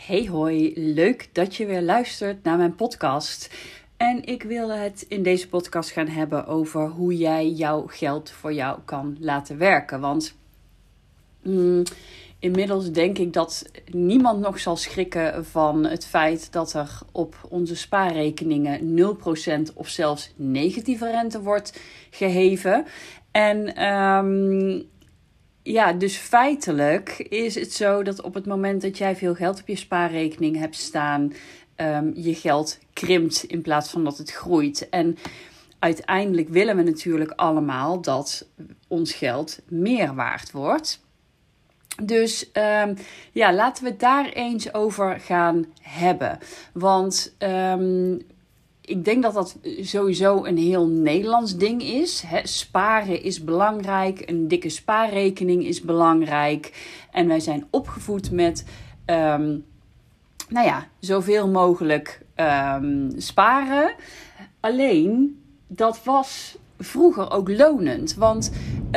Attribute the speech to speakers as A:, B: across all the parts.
A: Hey hoi, leuk dat je weer luistert naar mijn podcast. En ik wil het in deze podcast gaan hebben over hoe jij jouw geld voor jou kan laten werken. Want inmiddels denk ik dat niemand nog zal schrikken van het feit dat er op onze spaarrekeningen 0% of zelfs negatieve rente wordt geheven. En dus feitelijk is het zo dat op het moment dat jij veel geld op je spaarrekening hebt staan, je geld krimpt in plaats van dat het groeit. En uiteindelijk willen we natuurlijk allemaal dat ons geld meer waard wordt. Dus laten we het daar eens over gaan hebben. Want ik denk dat dat sowieso een heel Nederlands ding is. Sparen is belangrijk. Een dikke spaarrekening is belangrijk. En wij zijn opgevoed met zoveel mogelijk sparen. Alleen, dat was vroeger ook lonend. Want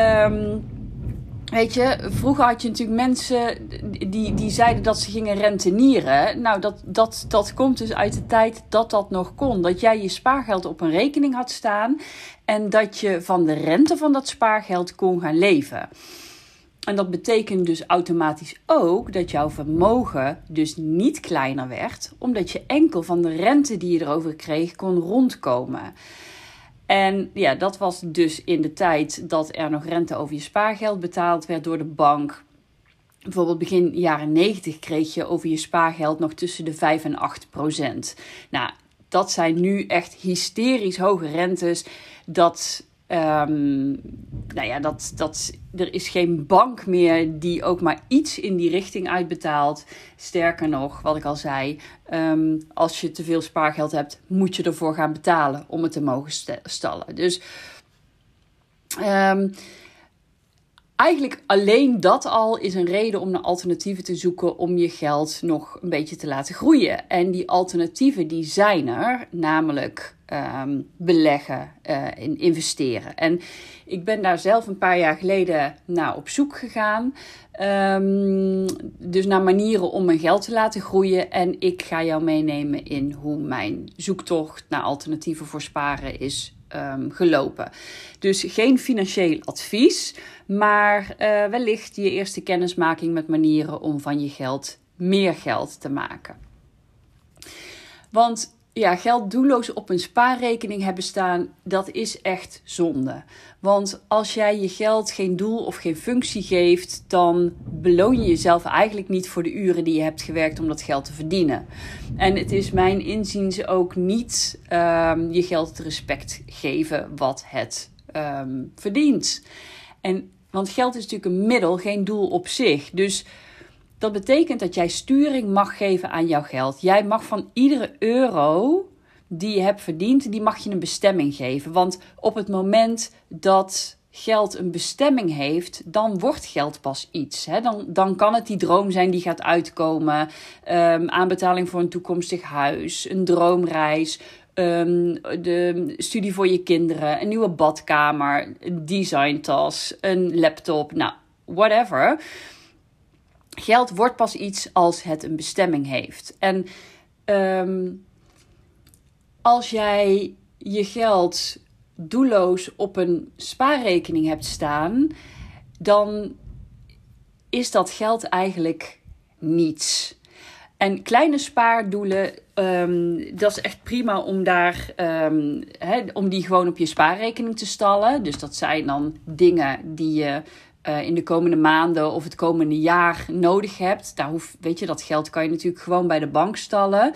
A: vroeger had je natuurlijk mensen die zeiden dat ze gingen rentenieren. Nou, dat komt dus uit de tijd dat dat nog kon. Dat jij je spaargeld op een rekening had staan en dat je van de rente van dat spaargeld kon gaan leven. En dat betekent dus automatisch ook dat jouw vermogen dus niet kleiner werd, omdat je enkel van de rente die je erover kreeg kon rondkomen. En ja, dat was dus in de tijd dat er nog rente over je spaargeld betaald werd door de bank. Bijvoorbeeld begin jaren 90 kreeg je over je spaargeld nog tussen de 5 en 8%. Nou, dat zijn nu echt hysterisch hoge rentes. Er is geen bank meer die ook maar iets in die richting uitbetaalt. Sterker nog, wat ik al zei, als je te veel spaargeld hebt, moet je ervoor gaan betalen om het te mogen stallen. Dus eigenlijk alleen dat al is een reden om naar alternatieven te zoeken om je geld nog een beetje te laten groeien. En die alternatieven die zijn er, namelijk beleggen, investeren. En ik ben daar zelf een paar jaar geleden naar op zoek gegaan. Dus naar manieren om mijn geld te laten groeien. En ik ga jou meenemen in hoe mijn zoektocht naar alternatieven voor sparen is gelopen. Dus geen financieel advies, maar wellicht je eerste kennismaking met manieren om van je geld meer geld te maken. Want ja, geld doelloos op een spaarrekening hebben staan, dat is echt zonde. Want als jij je geld geen doel of geen functie geeft, dan beloon je jezelf eigenlijk niet voor de uren die je hebt gewerkt om dat geld te verdienen. En het is mijn inziens ook niet je geld het respect geven wat het verdient. Want geld is natuurlijk een middel, geen doel op zich. Dus dat betekent dat jij sturing mag geven aan jouw geld. Jij mag van iedere euro die je hebt verdiend, die mag je een bestemming geven. Want op het moment dat geld een bestemming heeft, dan wordt geld pas iets. Hè? Dan kan het die droom zijn die gaat uitkomen. Aanbetaling voor een toekomstig huis, een droomreis, de studie voor je kinderen, een nieuwe badkamer, een designtas, een laptop, nou, whatever. Geld wordt pas iets als het een bestemming heeft. En als jij je geld doelloos op een spaarrekening hebt staan, dan is dat geld eigenlijk niets. En kleine spaardoelen, dat is echt prima om om die gewoon op je spaarrekening te stallen. Dus dat zijn dan dingen die je in de komende maanden of het komende jaar nodig hebt. Dat geld kan je natuurlijk gewoon bij de bank stallen.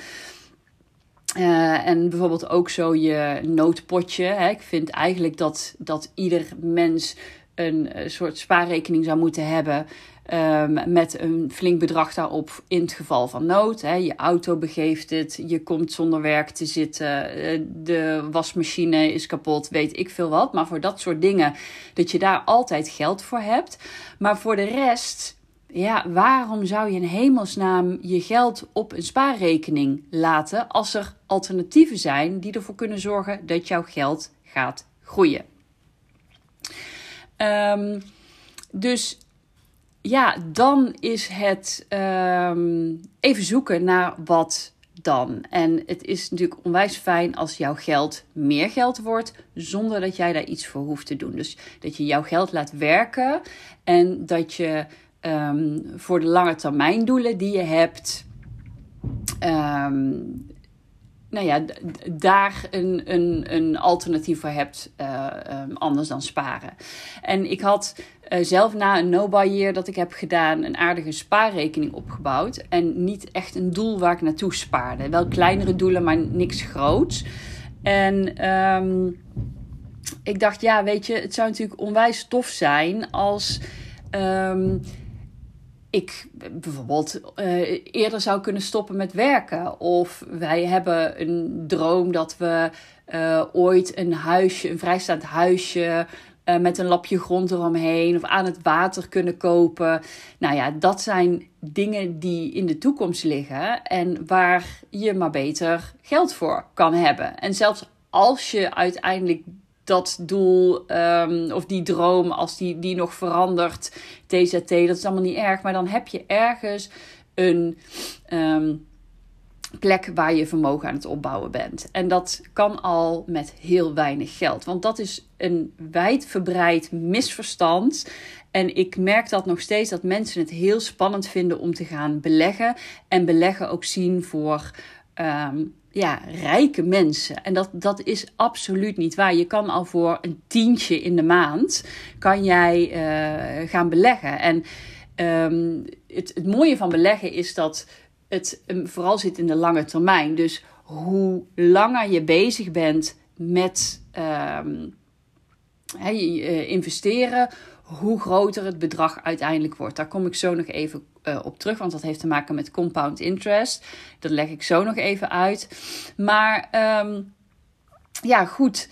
A: En bijvoorbeeld ook zo je noodpotje. Ik vind eigenlijk dat ieder mens een soort spaarrekening zou moeten hebben met een flink bedrag daarop in het geval van nood. Je auto begeeft het, je komt zonder werk te zitten, de wasmachine is kapot, weet ik veel wat. Maar voor dat soort dingen, dat je daar altijd geld voor hebt. Maar voor de rest, ja, waarom zou je in hemelsnaam je geld op een spaarrekening laten als er alternatieven zijn die ervoor kunnen zorgen dat jouw geld gaat groeien? Dus dan is het even zoeken naar wat dan. En het is natuurlijk onwijs fijn als jouw geld meer geld wordt, zonder dat jij daar iets voor hoeft te doen. Dus dat je jouw geld laat werken en dat je voor de lange termijn doelen die je hebt, daar een alternatief voor hebt, anders dan sparen. En ik had zelf na een no-buy year dat ik heb gedaan, een aardige spaarrekening opgebouwd. En niet echt een doel waar ik naartoe spaarde. Wel kleinere doelen, maar niks groots. En ik dacht, weet je, het zou natuurlijk onwijs tof zijn als ik bijvoorbeeld eerder zou kunnen stoppen met werken. Of wij hebben een droom dat we ooit een vrijstaand huisje met een lapje grond eromheen of aan het water kunnen kopen. Nou ja, dat zijn dingen die in de toekomst liggen en waar je maar beter geld voor kan hebben. En zelfs als je uiteindelijk dat doel of die droom, als die nog verandert, TZT, dat is allemaal niet erg. Maar dan heb je ergens een plek waar je vermogen aan het opbouwen bent. En dat kan al met heel weinig geld. Want dat is een wijdverbreid misverstand. En ik merk dat nog steeds, dat mensen het heel spannend vinden om te gaan beleggen. En beleggen ook zien voor rijke mensen. En dat is absoluut niet waar. Je kan al voor een tientje in de maand kan jij gaan beleggen. En het mooie van beleggen is dat het vooral zit in de lange termijn. Dus hoe langer je bezig bent met investeren, hoe groter het bedrag uiteindelijk wordt. Daar kom ik zo nog even op terug, want dat heeft te maken met compound interest. Dat leg ik zo nog even uit. Maar goed.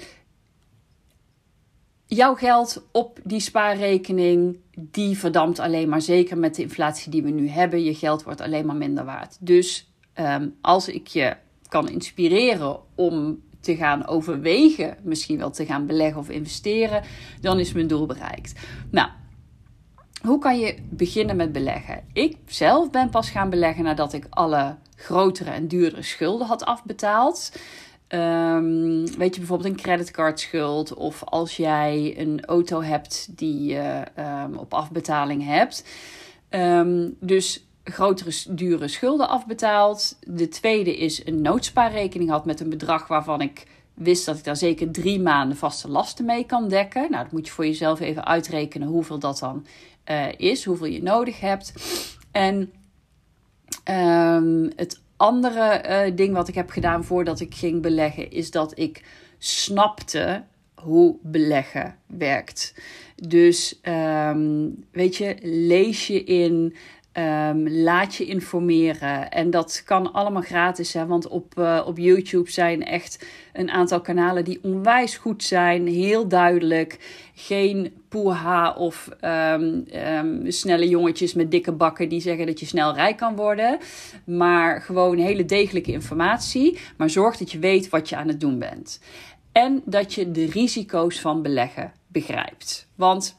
A: Jouw geld op die spaarrekening, die verdampt alleen maar, zeker met de inflatie die we nu hebben. Je geld wordt alleen maar minder waard. Dus als ik je kan inspireren om te gaan overwegen, misschien wel te gaan beleggen of investeren, dan is mijn doel bereikt. Nou, hoe kan je beginnen met beleggen? Ik zelf ben pas gaan beleggen nadat ik alle grotere en duurdere schulden had afbetaald. Weet je, bijvoorbeeld een creditcardschuld, of als jij een auto hebt die je op afbetaling hebt. Dus grotere, dure schulden afbetaald. De tweede is een noodspaarrekening had met een bedrag waarvan ik wist dat ik daar zeker 3 maanden vaste lasten mee kan dekken. Nou, dat moet je voor jezelf even uitrekenen hoeveel dat dan is, hoeveel je nodig hebt. En het andere ding wat ik heb gedaan voordat ik ging beleggen, is dat ik snapte hoe beleggen werkt. Dus weet je, lees je in, laat je informeren. En dat kan allemaal gratis, hè? Want op YouTube zijn echt een aantal kanalen die onwijs goed zijn. Heel duidelijk. Geen poeha of snelle jongetjes met dikke bakken die zeggen dat je snel rijk kan worden. Maar gewoon hele degelijke informatie. Maar zorg dat je weet wat je aan het doen bent. En dat je de risico's van beleggen begrijpt. Want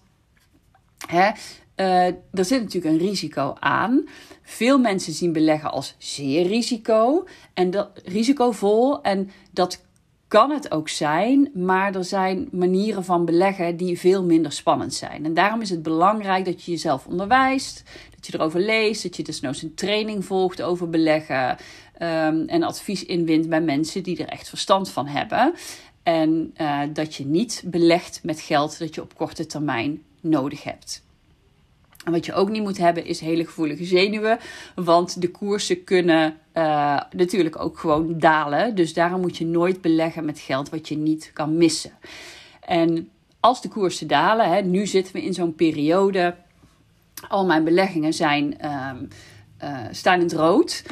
A: er zit natuurlijk een risico aan. Veel mensen zien beleggen als zeer risicovol. En dat kan het ook zijn. Maar er zijn manieren van beleggen die veel minder spannend zijn. En daarom is het belangrijk dat je jezelf onderwijst. Dat je erover leest. Dat je desnoods een training volgt over beleggen. En advies inwint bij mensen die er echt verstand van hebben. En dat je niet belegt met geld dat je op korte termijn nodig hebt. En wat je ook niet moet hebben is hele gevoelige zenuwen. Want de koersen kunnen natuurlijk ook gewoon dalen. Dus daarom moet je nooit beleggen met geld wat je niet kan missen. En als de koersen dalen, nu zitten we in zo'n periode. Al mijn beleggingen staan in het rood.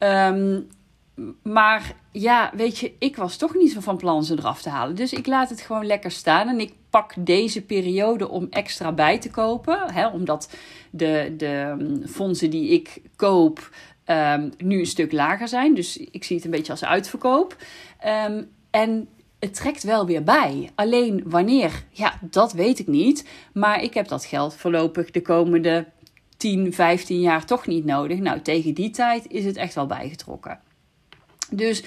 A: Maar ja, weet je, ik was toch niet zo van plan ze eraf te halen. Dus ik laat het gewoon lekker staan. En ik pak deze periode om extra bij te kopen. Omdat de fondsen die ik koop nu een stuk lager zijn. Dus ik zie het een beetje als uitverkoop. En het trekt wel weer bij. Alleen wanneer, ja, dat weet ik niet. Maar ik heb dat geld voorlopig de komende 10, 15 jaar toch niet nodig. Nou, tegen die tijd is het echt wel bijgetrokken. Dus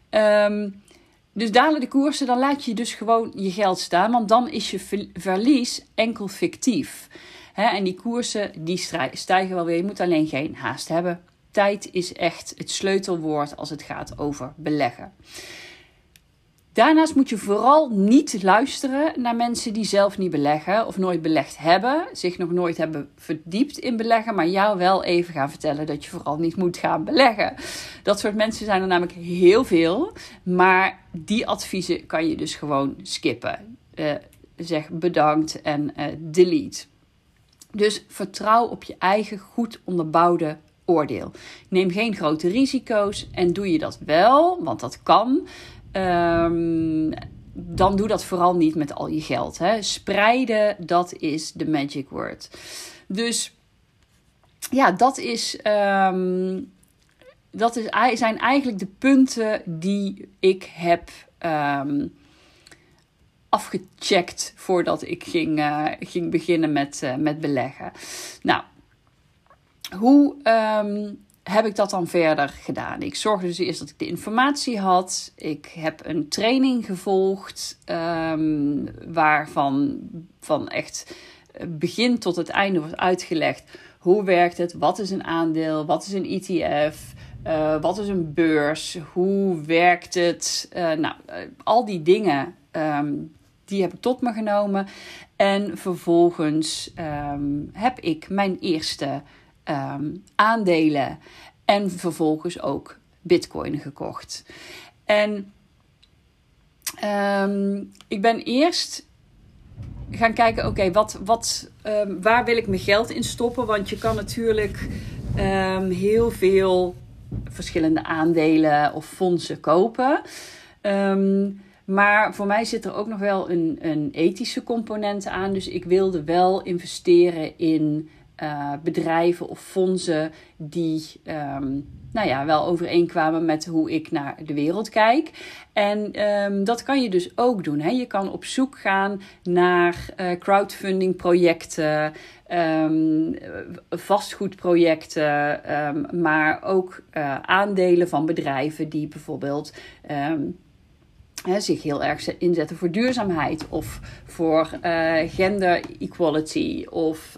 A: dalen de koersen, dan laat je dus gewoon je geld staan. Want dan is je verlies enkel fictief. En die koersen, die stijgen wel weer. Je moet alleen geen haast hebben. Tijd is echt het sleutelwoord als het gaat over beleggen. Daarnaast moet je vooral niet luisteren naar mensen die zelf niet beleggen of nooit belegd hebben, zich nog nooit hebben verdiept in beleggen, maar jou wel even gaan vertellen dat je vooral niet moet gaan beleggen. Dat soort mensen zijn er namelijk heel veel, maar die adviezen kan je dus gewoon skippen. Zeg bedankt en delete. Dus vertrouw op je eigen goed onderbouwde oordeel. Neem geen grote risico's en doe je dat wel, want dat kan. Dan doe dat vooral niet met al je geld. Spreiden, dat is de magic word. Dus ja, zijn eigenlijk de punten die ik heb afgecheckt voordat ik ging beginnen met beleggen. Nou, hoe heb ik dat dan verder gedaan? Ik zorgde dus eerst dat ik de informatie had. Ik heb een training gevolgd waarvan van echt begin tot het einde wordt uitgelegd. Hoe werkt het? Wat is een aandeel? Wat is een ETF? Wat is een beurs? Hoe werkt het? Al die dingen die heb ik tot me genomen. En vervolgens heb ik mijn eerste aandelen en vervolgens ook Bitcoin gekocht. En ik ben eerst gaan kijken, oké, waar wil ik mijn geld in stoppen? Want je kan natuurlijk heel veel verschillende aandelen of fondsen kopen. Maar voor mij zit er ook nog wel een ethische component aan. Dus ik wilde wel investeren in bedrijven of fondsen die wel overeenkwamen met hoe ik naar de wereld kijk. En dat kan je dus ook doen. Hè? Je kan op zoek gaan naar crowdfunding projecten, vastgoedprojecten, maar ook aandelen van bedrijven die bijvoorbeeld zich heel erg inzetten voor duurzaamheid of voor gender equality of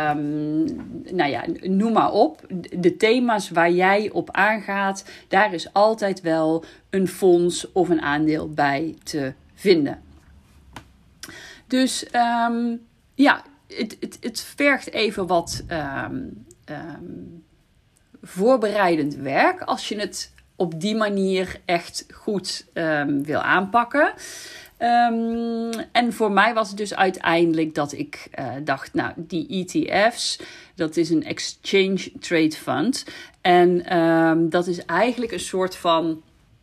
A: noem maar op. De thema's waar jij op aangaat, daar is altijd wel een fonds of een aandeel bij te vinden. Dus het vergt even wat voorbereidend werk als je het op die manier echt goed wil aanpakken. En voor mij was het dus uiteindelijk dat ik dacht, nou, die ETF's, dat is een Exchange Trade Fund. En dat is eigenlijk een soort van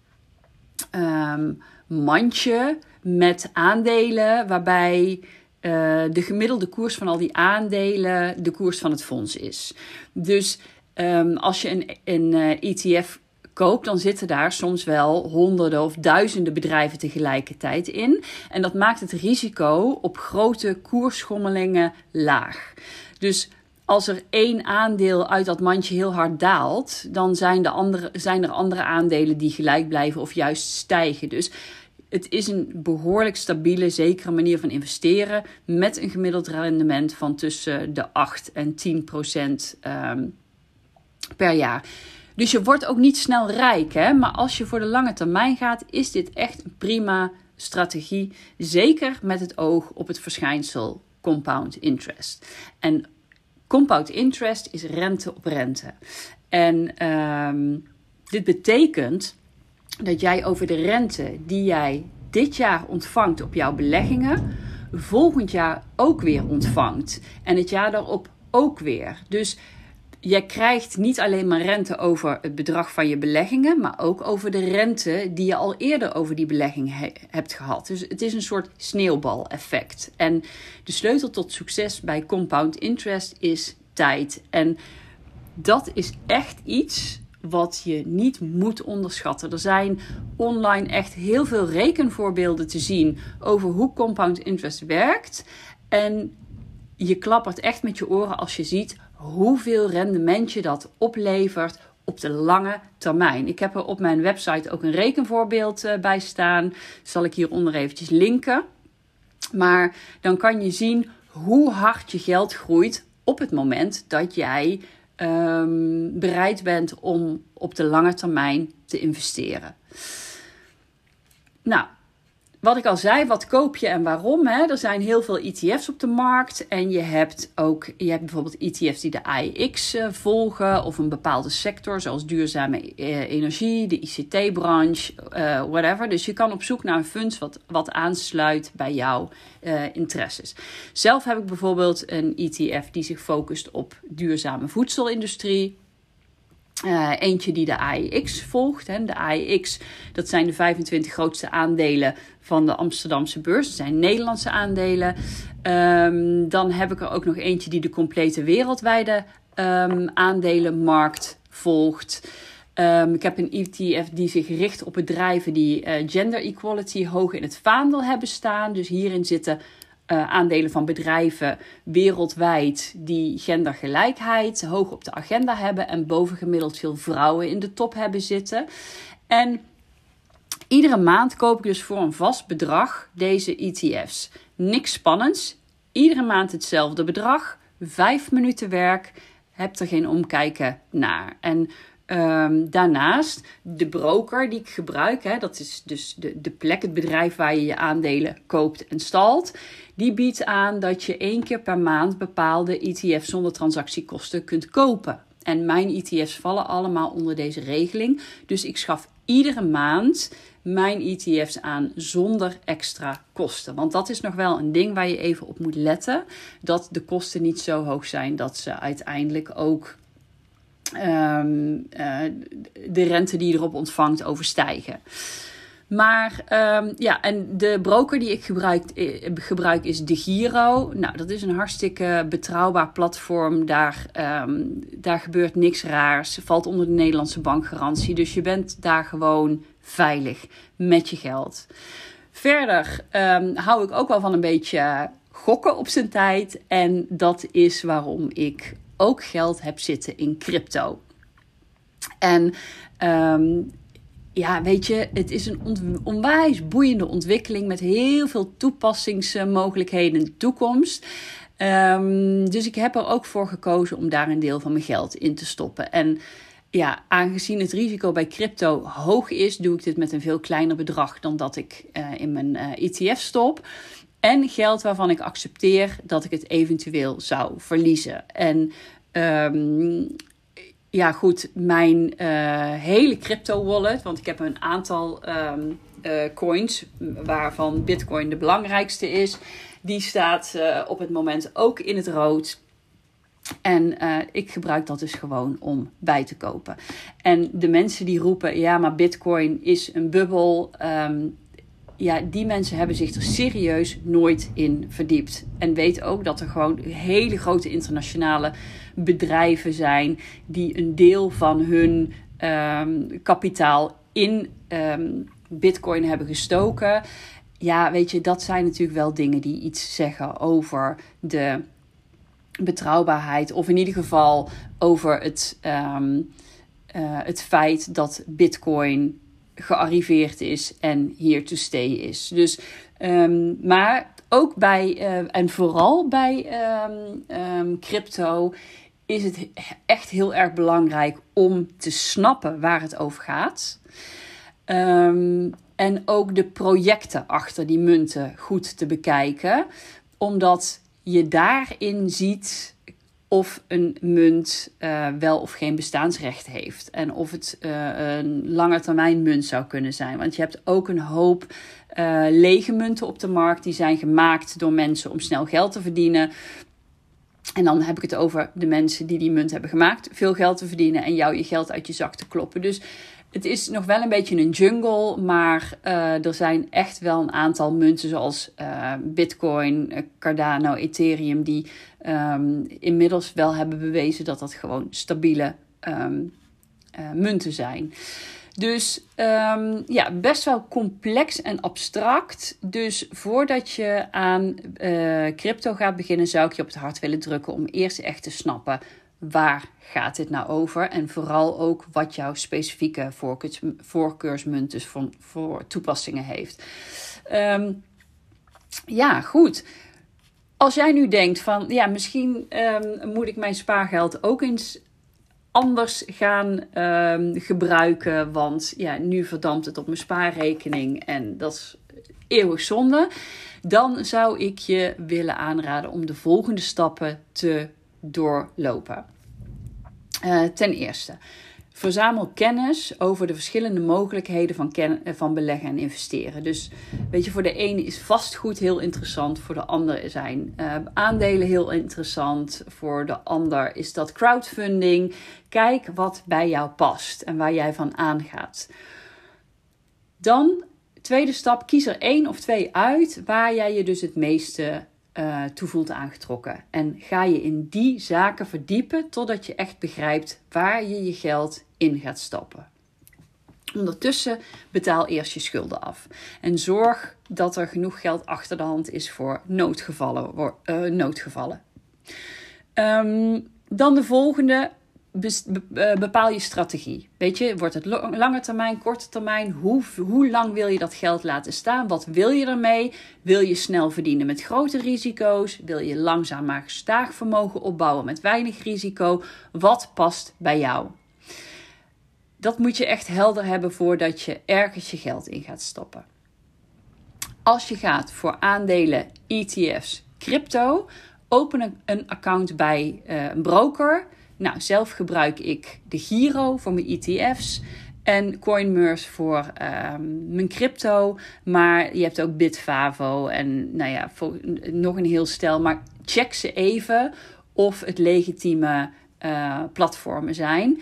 A: mandje met aandelen, waarbij de gemiddelde koers van al die aandelen de koers van het fonds is. Dus als je een ETF koopt, dan zitten daar soms wel honderden of duizenden bedrijven tegelijkertijd in. En dat maakt het risico op grote koersschommelingen laag. Dus als er één aandeel uit dat mandje heel hard daalt, dan zijn er andere aandelen die gelijk blijven of juist stijgen. Dus het is een behoorlijk stabiele, zekere manier van investeren met een gemiddeld rendement van tussen de 8 en 10% per jaar. Dus je wordt ook niet snel rijk, hè? Maar als je voor de lange termijn gaat, is dit echt een prima strategie. Zeker met het oog op het verschijnsel compound interest. En compound interest is rente op rente. En dit betekent dat jij over de rente die jij dit jaar ontvangt op jouw beleggingen, volgend jaar ook weer ontvangt. En het jaar daarop ook weer. Dus jij krijgt niet alleen maar rente over het bedrag van je beleggingen, maar ook over de rente die je al eerder over die belegging hebt gehad. Dus het is een soort sneeuwbaleffect. En de sleutel tot succes bij compound interest is tijd. En dat is echt iets wat je niet moet onderschatten. Er zijn online echt heel veel rekenvoorbeelden te zien over hoe compound interest werkt. En je klappert echt met je oren als je ziet hoeveel rendement je dat oplevert op de lange termijn. Ik heb er op mijn website ook een rekenvoorbeeld bij staan. Dat zal ik hieronder eventjes linken. Maar dan kan je zien hoe hard je geld groeit op het moment dat jij bereid bent om op de lange termijn te investeren. Nou, wat ik al zei, wat koop je en waarom? Hè? Er zijn heel veel ETF's op de markt. En je hebt bijvoorbeeld ETF's die de AEX volgen. Of een bepaalde sector, zoals duurzame energie, de ICT-branche, whatever. Dus je kan op zoek naar een funds wat aansluit bij jouw interesses. Zelf heb ik bijvoorbeeld een ETF die zich focust op duurzame voedselindustrie. Eentje die de AEX volgt. Hè. De AEX, dat zijn de 25 grootste aandelen van de Amsterdamse beurs. Dat zijn Nederlandse aandelen. Dan heb ik er ook nog eentje die de complete wereldwijde aandelenmarkt volgt. Ik heb een ETF die zich richt op bedrijven die gender equality hoog in het vaandel hebben staan. Dus hierin zitten aandelen van bedrijven wereldwijd die gendergelijkheid hoog op de agenda hebben en bovengemiddeld veel vrouwen in de top hebben zitten. En iedere maand koop ik dus voor een vast bedrag deze ETF's. Niks spannends. Iedere maand hetzelfde bedrag. 5 minuten werk. Heb er geen omkijken naar. En daarnaast, de broker die ik gebruik, hè, dat is dus de plek, het bedrijf waar je je aandelen koopt en stalt, die biedt aan dat je 1 keer per maand bepaalde ETF's zonder transactiekosten kunt kopen. En mijn ETF's vallen allemaal onder deze regeling. Dus ik schaf iedere maand mijn ETF's aan zonder extra kosten. Want dat is nog wel een ding waar je even op moet letten. Dat de kosten niet zo hoog zijn dat ze uiteindelijk ook de rente die je erop ontvangt overstijgen. Maar en de broker die ik gebruik is DEGIRO. Nou, dat is een hartstikke betrouwbaar platform. Daar gebeurt niks raars. Valt onder de Nederlandse bankgarantie. Dus je bent daar gewoon veilig met je geld. Verder hou ik ook wel van een beetje gokken op zijn tijd. En dat is waarom ik ook geld heb zitten in crypto. En weet je, het is een onwijs boeiende ontwikkeling met heel veel toepassingsmogelijkheden in de toekomst. Dus ik heb er ook voor gekozen om daar een deel van mijn geld in te stoppen. En ja, aangezien het risico bij crypto hoog is, doe ik dit met een veel kleiner bedrag dan dat ik in mijn ETF stop. En geld waarvan ik accepteer dat ik het eventueel zou verliezen. En mijn hele crypto wallet, want ik heb een aantal coins, waarvan Bitcoin de belangrijkste is. Die staat op het moment ook in het rood. En ik gebruik dat dus gewoon om bij te kopen. En de mensen die roepen, ja, maar Bitcoin is een bubbel. Die mensen hebben zich er serieus nooit in verdiept. En weet ook dat er gewoon hele grote internationale bedrijven zijn die een deel van hun kapitaal in Bitcoin hebben gestoken. Ja, weet je, dat zijn natuurlijk wel dingen die iets zeggen over de betrouwbaarheid. Of in ieder geval over het feit dat Bitcoin gearriveerd is en here to stay is. Dus, maar ook bij, en vooral bij crypto is het echt heel erg belangrijk om te snappen waar het over gaat. En ook de projecten achter die munten goed te bekijken. Omdat je daarin ziet of een munt wel of geen bestaansrecht heeft. En of het een langetermijn munt zou kunnen zijn. Want je hebt ook een hoop lege munten op de markt. Die zijn gemaakt door mensen om snel geld te verdienen. En dan heb ik het over de mensen die munt hebben gemaakt. Veel geld te verdienen en jou je geld uit je zak te kloppen. Dus het is nog wel een beetje een jungle. Maar er zijn echt wel een aantal munten zoals Bitcoin, Cardano, Ethereum. Die inmiddels wel hebben bewezen dat dat gewoon stabiele munten zijn. Dus best wel complex en abstract. Dus voordat je aan crypto gaat beginnen, zou ik je op het hart willen drukken om eerst echt te snappen waar gaat dit nou over? En vooral ook wat jouw specifieke voorkeursmunt dus voor toepassingen heeft. Goed. Als jij nu denkt van, ja, misschien moet ik mijn spaargeld ook eens anders gaan gebruiken. Want ja, nu verdampt het op mijn spaarrekening en dat is eeuwig zonde. Dan zou ik je willen aanraden om de volgende stappen te doorlopen. Ten eerste, verzamel kennis over de verschillende mogelijkheden van beleggen en investeren. Dus weet je, voor de ene is vastgoed heel interessant, voor de ander zijn aandelen heel interessant, voor de ander is dat crowdfunding. Kijk wat bij jou past en waar jij van aangaat. Dan, tweede stap, kies er 1 of 2 uit waar jij je dus het meeste toe voelt aangetrokken. En ga je in die zaken verdiepen totdat je echt begrijpt waar je je geld in gaat stappen. Ondertussen betaal eerst je schulden af. En zorg dat er genoeg geld achter de hand is voor noodgevallen. Dan de volgende. Bepaal je strategie. Weet je, wordt het lange termijn, korte termijn? Hoe lang wil je dat geld laten staan? Wat wil je ermee? Wil je snel verdienen met grote risico's? Wil je langzaam maar gestaag vermogen opbouwen met weinig risico? Wat past bij jou? Dat moet je echt helder hebben voordat je ergens je geld in gaat stoppen. Als je gaat voor aandelen, ETF's, crypto, open een account bij een broker. Nou, zelf gebruik ik de Giro voor mijn ETF's en Coinmerse voor mijn crypto. Maar je hebt ook Bitfavo en nou ja, nog een heel stel. Maar check ze even of het legitieme platformen zijn.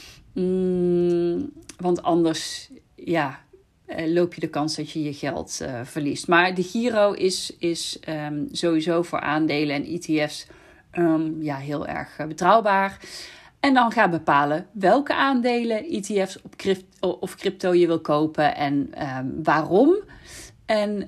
A: Want anders loop je de kans dat je je geld verliest. Maar de Giro is sowieso voor aandelen en ETF's heel erg betrouwbaar. En dan ga bepalen welke aandelen, ETF's of crypto je wil kopen en waarom. En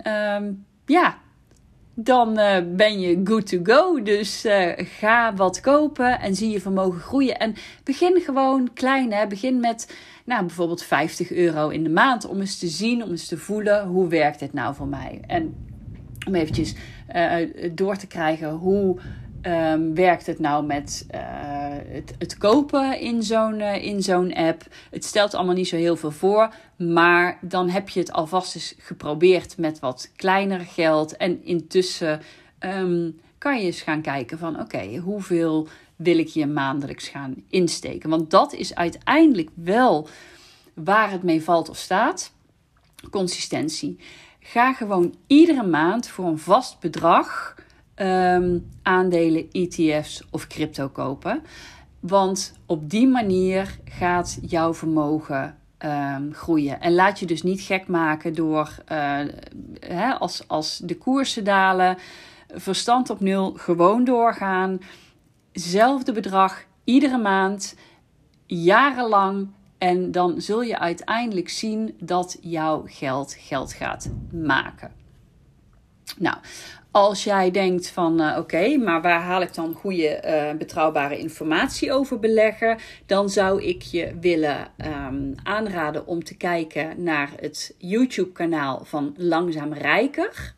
A: dan ben je good to go. Dus ga wat kopen en zie je vermogen groeien. En begin gewoon klein. Hè? Begin met bijvoorbeeld €50 in de maand. Om eens te zien, om eens te voelen, hoe werkt dit nou voor mij? En om eventjes door te krijgen hoe werkt het nou met het kopen in zo'n app. Het stelt allemaal niet zo heel veel voor. Maar dan heb je het alvast eens geprobeerd met wat kleiner geld. En intussen kan je eens gaan kijken van oké, hoeveel wil ik hier maandelijks gaan insteken? Want dat is uiteindelijk wel waar het mee valt of staat. Consistentie. Ga gewoon iedere maand voor een vast bedrag aandelen, ETF's of crypto kopen. Want op die manier gaat jouw vermogen groeien. En laat je dus niet gek maken door als de koersen dalen, verstand op nul, gewoon doorgaan. Zelfde bedrag, iedere maand, jarenlang. En dan zul je uiteindelijk zien dat jouw geld gaat maken. Nou, als jij denkt van oké, maar waar haal ik dan goede betrouwbare informatie over beleggen? Dan zou ik je willen aanraden om te kijken naar het YouTube kanaal van Langzaam Rijker.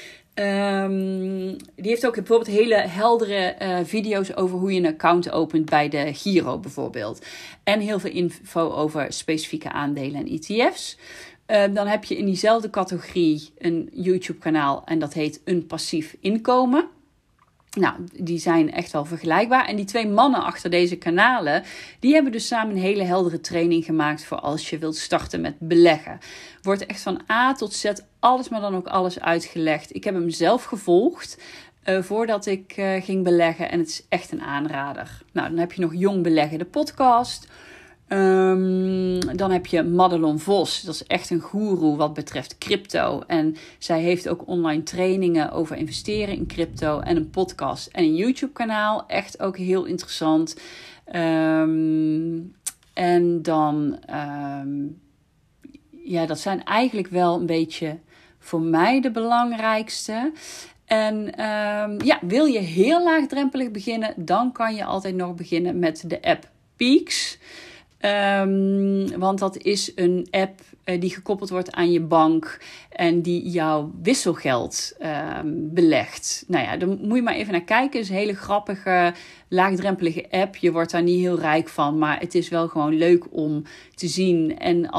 A: Die heeft ook bijvoorbeeld hele heldere video's over hoe je een account opent bij de Giro bijvoorbeeld. En heel veel info over specifieke aandelen en ETF's. Dan heb je in diezelfde categorie een YouTube kanaal en dat heet Een Passief Inkomen. Nou, die zijn echt wel vergelijkbaar. En die 2 mannen achter deze kanalen, die hebben dus samen een hele heldere training gemaakt voor als je wilt starten met beleggen. Wordt echt van A tot Z alles, maar dan ook alles uitgelegd. Ik heb hem zelf gevolgd voordat ik ging beleggen en het is echt een aanrader. Nou, dan heb je nog Jong Beleggen, de podcast. Dan heb je Madelon Vos. Dat is echt een goeroe wat betreft crypto. En zij heeft ook online trainingen over investeren in crypto. En een podcast en een YouTube kanaal. Echt ook heel interessant. En dan dat zijn eigenlijk wel een beetje voor mij de belangrijkste. En wil je heel laagdrempelig beginnen, dan kan je altijd nog beginnen met de app Peaks. Want dat is een app die gekoppeld wordt aan je bank en die jouw wisselgeld belegt. Nou ja, daar moet je maar even naar kijken. Het is een hele grappige, laagdrempelige app. Je wordt daar niet heel rijk van, maar het is wel gewoon leuk om te zien. En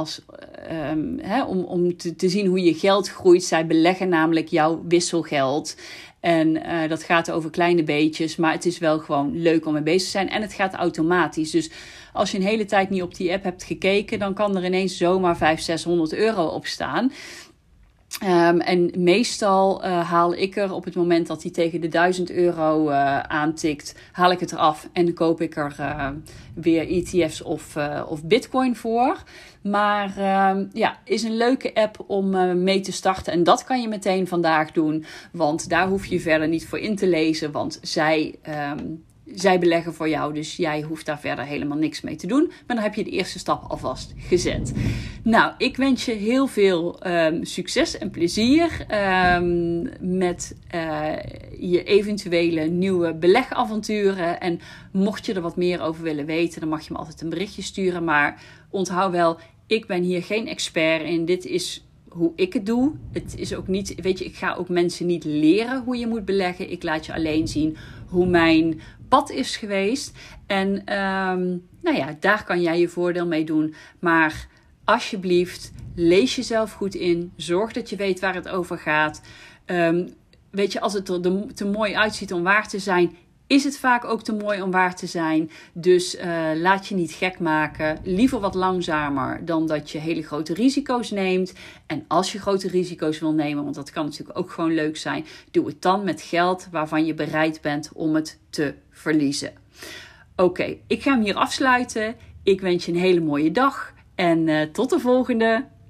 A: om te zien hoe je geld groeit. Zij beleggen namelijk jouw wisselgeld. En dat gaat over kleine beetjes, maar het is wel gewoon leuk om mee bezig te zijn. En het gaat automatisch. Dus als je een hele tijd niet op die app hebt gekeken, dan kan er ineens zomaar 500-600 euro op staan. En meestal haal ik er op het moment dat hij tegen de 1000 euro aantikt, haal ik het eraf en dan koop ik er weer ETF's of Bitcoin voor. Maar is een leuke app om mee te starten. En dat kan je meteen vandaag doen, want daar hoef je verder niet voor in te lezen, want zij beleggen voor jou, dus jij hoeft daar verder helemaal niks mee te doen. Maar dan heb je de eerste stap alvast gezet. Nou, ik wens je heel veel succes en plezier met je eventuele nieuwe belegavonturen. En mocht je er wat meer over willen weten, dan mag je me altijd een berichtje sturen. Maar onthoud wel, ik ben hier geen expert in. Dit is hoe ik het doe. Het is ook niet, ik ga ook mensen niet leren hoe je moet beleggen. Ik laat je alleen zien hoe mijn pad is geweest. En daar kan jij je voordeel mee doen. Maar alsjeblieft, lees jezelf goed in. Zorg dat je weet waar het over gaat. Als het er te mooi uitziet om waar te zijn, is het vaak ook te mooi om waar te zijn. Dus laat je niet gek maken. Liever wat langzamer dan dat je hele grote risico's neemt. En als je grote risico's wil nemen, want dat kan natuurlijk ook gewoon leuk zijn, doe het dan met geld waarvan je bereid bent om het te verliezen. Oké, ik ga hem hier afsluiten. Ik wens je een hele mooie dag en tot de volgende.